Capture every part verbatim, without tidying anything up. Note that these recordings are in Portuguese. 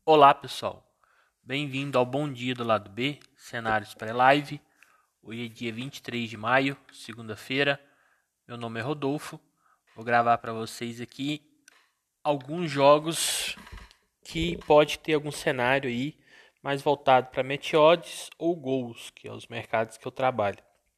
Olá pessoal, bem-vindo ao Bom Dia do Lado B, cenários pré-live. Hoje é dia vinte e três de maio, segunda-feira. Meu nome é Rodolfo. Vou gravar para vocês aqui alguns jogos que pode ter algum cenário aí mais voltado para match odds ou gols, que é os mercados que eu trabalho.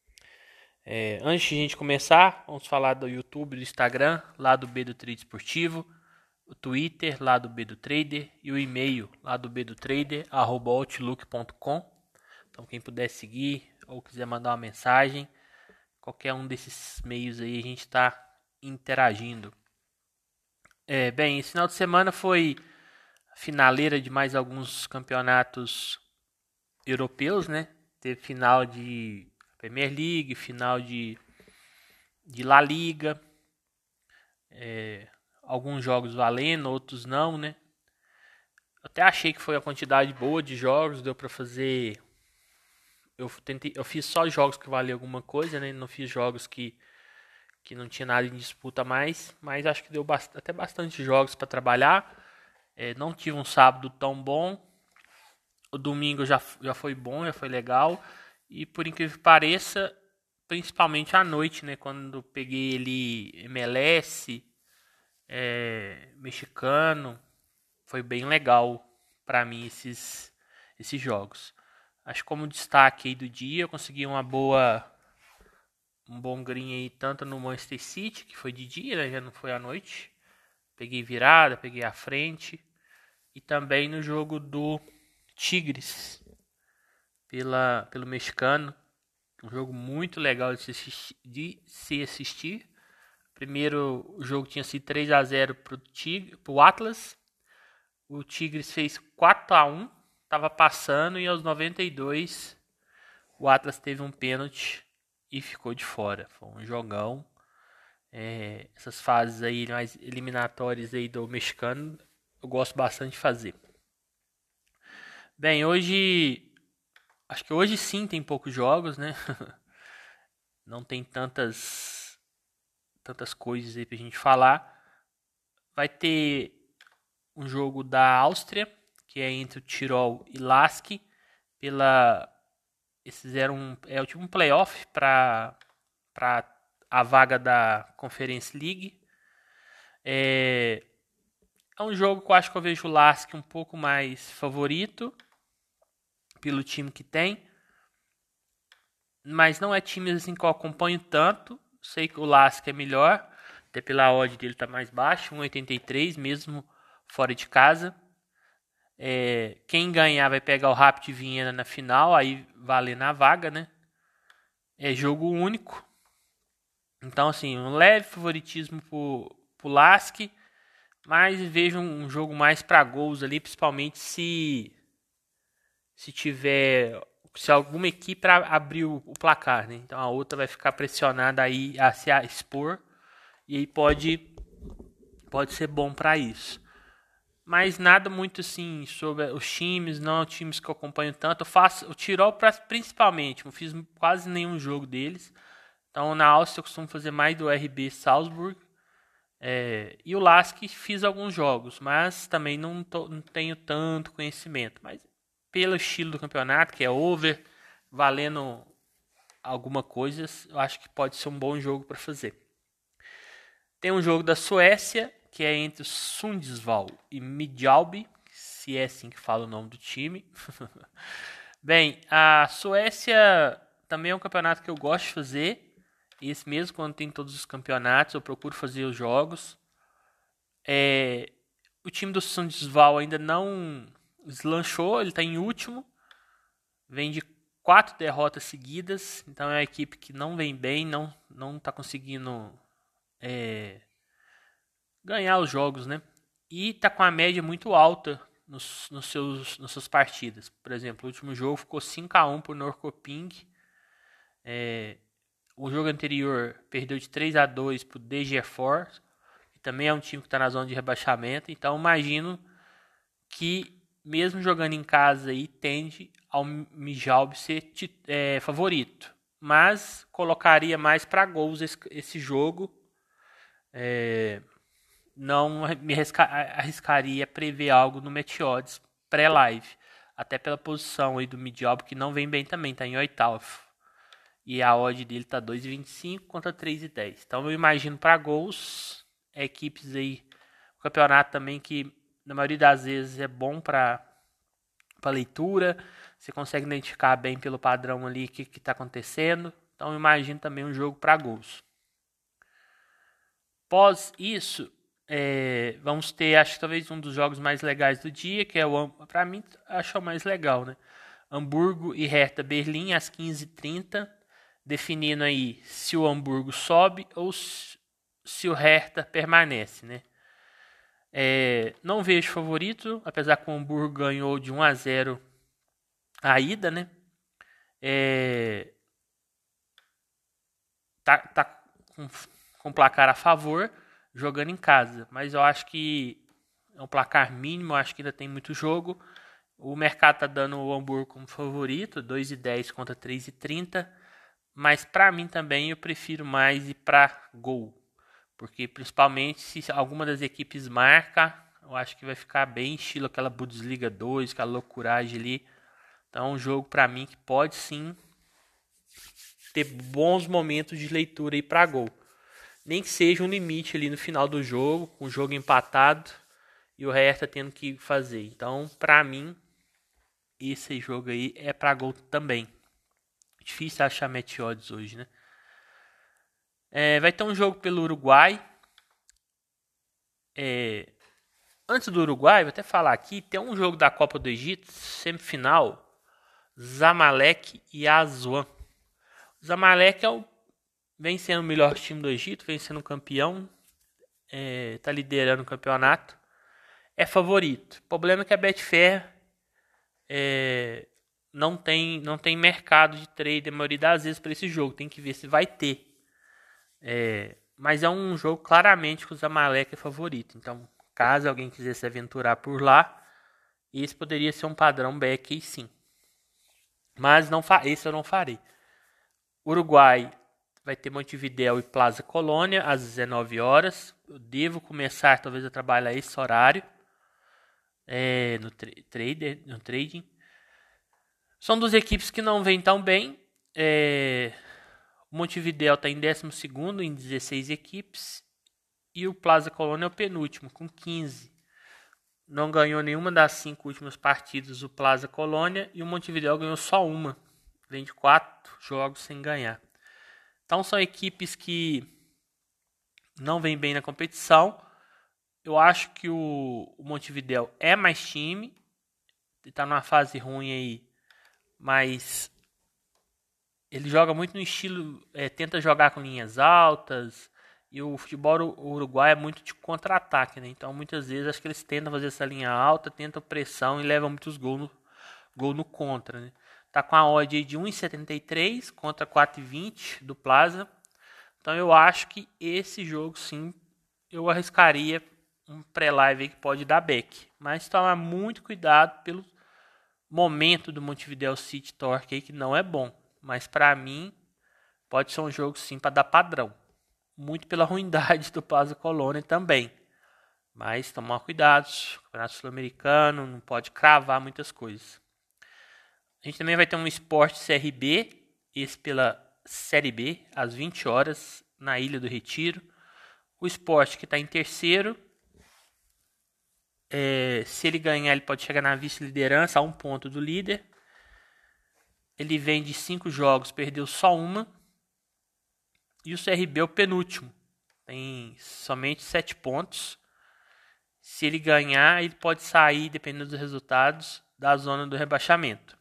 É, antes de a gente começar, vamos falar do YouTube, do Instagram, Lado B do Trade Esportivo, o Twitter, Lado B do Trader, e o e-mail, Lado B do Trader, arroba outlook ponto com. Então quem puder seguir ou quiser mandar uma mensagem, qualquer um desses meios aí a gente está interagindo. É, bem, esse final de semana foi a finaleira de mais alguns campeonatos europeus, né? Teve final de Premier League, final de, de La Liga, é, alguns jogos valendo, outros não, né? Até achei que foi a quantidade boa de jogos, deu para fazer. Eu tentei, eu fiz só jogos que valiam alguma coisa, né? Não fiz jogos que, que não tinha nada em disputa mais, mas acho que deu bast- até bastante jogos para trabalhar. É, não tive um sábado tão bom. O domingo já, já foi bom, já foi legal. E por incrível que pareça, principalmente à noite, né? Quando peguei ele M L S, é, mexicano, foi bem legal para mim esses, esses jogos. Acho que como destaque aí do dia, eu consegui uma boa, um bom green aí tanto no Manchester City, que foi de dia, né? Já não foi à noite. Peguei virada, peguei a frente. E também no jogo do Tigres, pela, pelo mexicano. Um jogo muito legal de se assistir. De se assistir. Primeiro o jogo tinha sido três a zero para o Atlas. O Tigres fez quatro a um, estava passando, e aos noventa e dois o Atlas teve um pênalti e ficou de fora. Foi um jogão. É, essas fases aí mais eliminatórias aí do mexicano eu gosto bastante de fazer. Bem, hoje acho que hoje sim tem poucos jogos, né? Não tem tantas tantas coisas aí pra gente falar. Vai ter um jogo da Áustria, que é entre o Tirol e Lask, pela eles fizeram um, é tipo um playoff para para a vaga da Conference League. É, é um jogo que eu acho que eu vejo o Lask um pouco mais favorito pelo time que tem, mas não é time assim que eu acompanho tanto. Sei que o Lask é melhor, até pela odd dele tá mais baixo, um vírgula oitenta e três mesmo fora de casa. É, quem ganhar vai pegar o Rapid Viena na final, aí vale na vaga, né? É jogo único. Então, assim, um leve favoritismo pro, pro Lask, mas vejo um jogo mais para gols ali, principalmente se se tiver se alguma equipe abrir o, o placar, né? Então a outra vai ficar pressionada aí a se expor, e aí pode pode ser bom para isso. Mas nada muito assim sobre os times, não times que eu acompanho tanto. Eu faço o Tirol pra, principalmente, não fiz quase nenhum jogo deles. Então na Áustria eu costumo fazer mais do R B Salzburg. É, e o Lask fiz alguns jogos, mas também não, tô, não tenho tanto conhecimento. Mas pelo estilo do campeonato, que é over, valendo alguma coisa, eu acho que pode ser um bom jogo para fazer. Tem um jogo da Suécia, que é entre o Sundsvall e Midtjylland, se é assim que fala o nome do time. Bem, a Suécia também é um campeonato que eu gosto de fazer. Esse mesmo, quando tem todos os campeonatos, eu procuro fazer os jogos. É, o time do Sundsvall ainda não deslanchou, ele está em último. Vem de quatro derrotas seguidas, então é uma equipe que não vem bem, não não está conseguindo é, ganhar os jogos, né? E está com a média muito alta nos, nos seus, nas suas partidas. Por exemplo, o último jogo ficou cinco a um por Norrköping. É, o jogo anterior perdeu de três a dois para o D G Force, que também é um time que está na zona de rebaixamento. Então imagino que mesmo jogando em casa aí, tende ao Midtjylland ser é, favorito. Mas colocaria mais para gols esse, esse jogo. É, não me arriscaria prever algo no match odds pré-live. Até pela posição aí do Midiob, que não vem bem também, tá em oitavo. E a odd dele tá dois e vinte e cinco contra três e dez. Então eu imagino para gols, equipes aí, o campeonato também que na maioria das vezes é bom para para leitura, você consegue identificar bem pelo padrão ali o que está acontecendo. Então eu imagino também um jogo para gols. Após isso, é, vamos ter, acho que talvez um dos jogos mais legais do dia, que é o, para mim, acho o mais legal, né? Hamburgo e Hertha Berlim às quinze e trinta, definindo aí se o Hamburgo sobe ou se o Hertha permanece, né? É, não vejo favorito, apesar que o Hamburgo ganhou de um a zero a ida, né? É, tá, tá com, com placar a favor, jogando em casa. Mas eu acho que é um placar mínimo, eu acho que ainda tem muito jogo. O mercado tá dando o Hamburgo como favorito, dois e dez contra três e trinta. Mas para mim também eu prefiro mais ir para gol. Porque principalmente se alguma das equipes marca, eu acho que vai ficar bem estilo aquela Bundesliga dois, aquela loucuragem ali. Então é um jogo para mim que pode sim ter bons momentos de leitura aí para gol. Nem que seja um limite ali no final do jogo, com o jogo empatado e o Hertha tendo que fazer. Então, para mim, esse jogo aí é para gol também. Difícil achar match odds hoje, né? É, vai ter um jogo pelo Uruguai. É, antes do Uruguai, vou até falar aqui, tem um jogo da Copa do Egito, semifinal, Zamalek e Aswan. O Zamalek é o, vem sendo o melhor time do Egito, vem sendo campeão, está é, liderando o campeonato, é favorito. O problema é que a Betfair é, não, tem, não tem mercado de trade a maioria das vezes para esse jogo, tem que ver se vai ter. É, mas é um jogo claramente que o Zamalek é favorito. Então, caso alguém quisesse aventurar por lá, esse poderia ser um padrão back aí sim. Mas não esse eu não farei. Uruguai vai ter Montevidéu e Plaza Colônia às dezenove horas. Eu devo começar talvez a trabalhar esse horário é, no, tra trader, no trading. São duas equipes que não vêm tão bem. É, o Montevidéu está em décimo segundo em dezesseis equipes. E o Plaza Colônia é o penúltimo, com quinze. Não ganhou nenhuma das cinco últimas partidas o Plaza Colônia. E o Montevidéu ganhou só uma. Vem de quatro jogos sem ganhar. Então são equipes que não vêm bem na competição. Eu acho que o, o Montevidéu é mais time. Está numa fase ruim aí. Mas ele joga muito no estilo, é, tenta jogar com linhas altas, e o futebol uruguai é muito de contra-ataque, né? Então muitas vezes acho que eles tentam fazer essa linha alta, tentam pressão e levam muitos gols no, gol no contra, né? Tá com a odd aí de um e setenta e três contra quatro e vinte do Plaza. Então eu acho que esse jogo sim, eu arriscaria um pré-live aí que pode dar back. Mas tomar muito cuidado pelo momento do Montevidéu City Torque aí, que não é bom. Mas para mim, pode ser um jogo sim para dar padrão. Muito pela ruindade do Plaza Colônia também. Mas tomar cuidado. Campeonato Sul-Americano, não pode cravar muitas coisas. A gente também vai ter um Sport C R B. Esse pela Série B, às vinte horas, na Ilha do Retiro. O Sport que está em terceiro. É, se ele ganhar, ele pode chegar na vice-liderança, a um ponto do líder. Ele vem de cinco jogos, perdeu só uma. E o C R B é o penúltimo. Tem somente sete pontos. Se ele ganhar, ele pode sair, dependendo dos resultados, da zona do rebaixamento.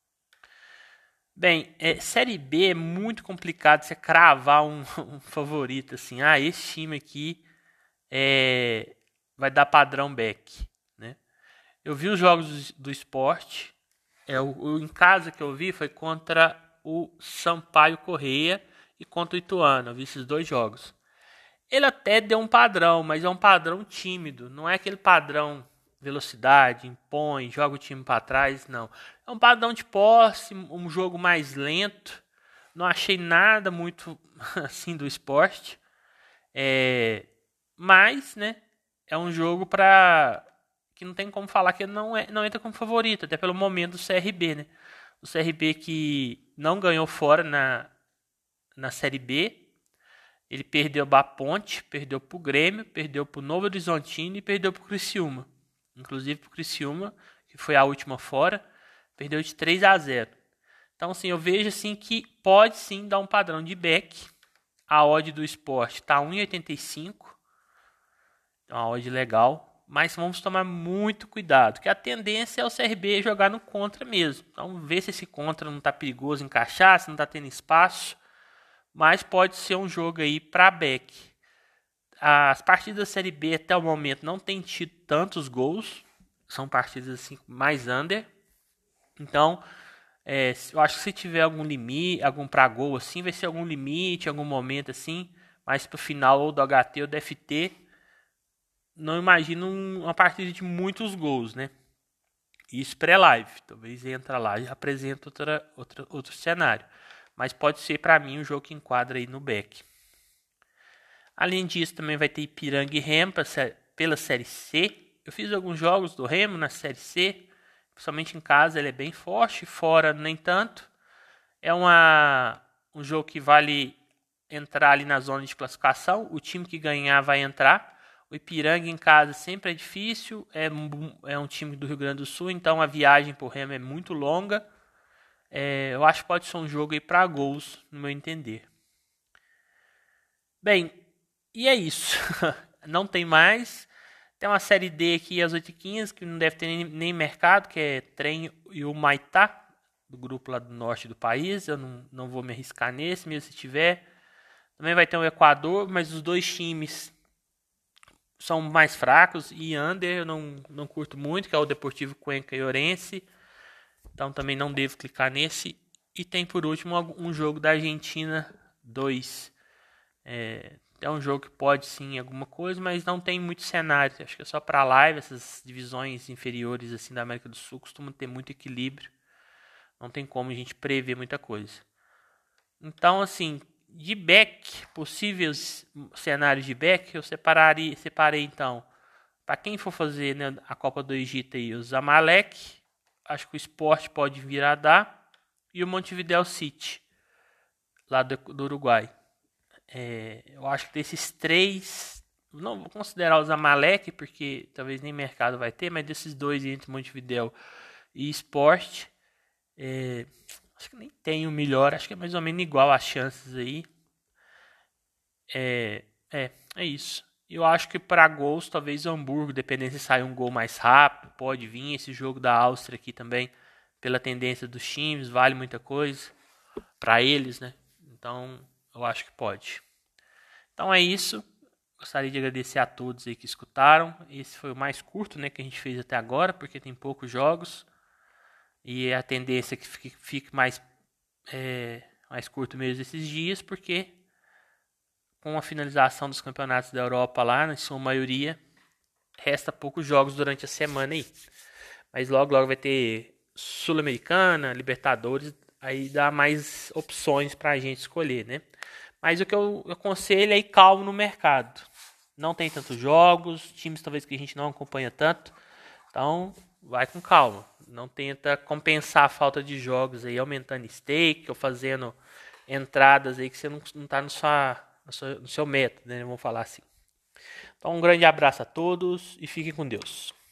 Bem, é, Série B é muito complicado você cravar um, um favorito assim. Ah, esse time aqui é, vai dar padrão back, né? Eu vi os jogos do, do esporte. É, o, o em casa que eu vi foi contra o Sampaio Correia e contra o Ituano. Eu vi esses dois jogos. Ele até deu um padrão, mas é um padrão tímido. Não é aquele padrão velocidade, impõe, joga o time para trás, não. É um padrão de posse, um jogo mais lento. Não achei nada muito assim do esporte. É, mas, né, é um jogo para que não tem como falar que ele não, é, não entra como favorito, até pelo momento do C R B, né? O C R B que não ganhou fora na, na Série B, ele perdeu para a Ponte, perdeu para o Grêmio, perdeu para o Novo Horizontino e perdeu para o Criciúma. Inclusive para o Criciúma, que foi a última fora, perdeu de três a zero. Então, assim, eu vejo assim que pode sim dar um padrão de back. A odd do Sport está um e oitenta e cinco. É uma odd legal. Mas vamos tomar muito cuidado, que a tendência é o C R B jogar no contra mesmo. Então, ver se esse contra não está perigoso encaixar, se não está tendo espaço. Mas pode ser um jogo aí para back. As partidas da Série B até o momento não tem tido tantos gols. São partidas assim mais under. Então, é, eu acho que se tiver algum limite, algum pra gol assim, vai ser algum limite, algum momento assim. Mas pro final ou do H T ou do F T, não imagino uma partida de muitos gols, né? Isso pré-live. Talvez entra lá e apresenta outra, outra, outro cenário. Mas pode ser para mim um jogo que enquadra aí no back. Além disso, também vai ter Ipiranga e Remo pela Série C. Eu fiz alguns jogos do Remo na Série C. Principalmente em casa ele é bem forte, fora nem tanto. É uma, um jogo que vale entrar ali na zona de classificação. O time que ganhar vai entrar. O Ipiranga em casa sempre é difícil. É, é um time do Rio Grande do Sul, então a viagem para o Remo é muito longa. É, eu acho que pode ser um jogo aí para gols, no meu entender. Bem, e é isso. Não tem mais. Tem uma série D aqui às oito e quinze, que não deve ter nem, nem mercado, que é Trem e o Maitá, do grupo lá do norte do país. Eu não, não vou me arriscar nesse, mesmo se tiver. Também vai ter o Equador, mas os dois times são mais fracos. E under eu não, não curto muito, que é o Deportivo Cuenca e Orense. Então também não devo clicar nesse. E tem por último um jogo da Argentina dois. É, é um jogo que pode sim alguma coisa, mas não tem muito cenário. Acho que é só para live. Essas divisões inferiores assim da América do Sul costumam ter muito equilíbrio. Não tem como a gente prever muita coisa. Então assim, de back, possíveis cenários de back, eu separei, separei então. Para quem for fazer, né, a Copa do Egito aí, o Zamalek. Acho que o Sport pode vir a dar. E o Montevideo City, lá do, do Uruguai. É, eu acho que desses três, não vou considerar o Zamalek, porque talvez nem mercado vai ter, mas desses dois entre Montevideo e Sport, é, acho que nem tem o melhor, acho que é mais ou menos igual as chances aí. É, é, é isso. Eu acho que para gols, talvez o Hamburgo, dependendo se sair um gol mais rápido, pode vir. Esse jogo da Áustria aqui também, pela tendência dos times, vale muita coisa para eles, né? Então, eu acho que pode. Então é isso. Gostaria de agradecer a todos aí que escutaram. Esse foi o mais curto, né, que a gente fez até agora, porque tem poucos jogos. E a tendência é que fique, fique mais, é, mais curto mesmo esses dias, porque com a finalização dos campeonatos da Europa lá, na sua maioria, resta poucos jogos durante a semana aí. Mas logo, logo vai ter Sul-Americana, Libertadores, aí dá mais opções pra gente escolher, né? Mas o que eu aconselho é ir calmo no mercado. Não tem tantos jogos, times talvez que a gente não acompanha tanto. Então, vai com calma. Não tenta compensar a falta de jogos aí, aumentando stake ou fazendo entradas aí que você não, não tá no sua... no seu método, né? Vamos falar assim. Então, um grande abraço a todos e fiquem com Deus.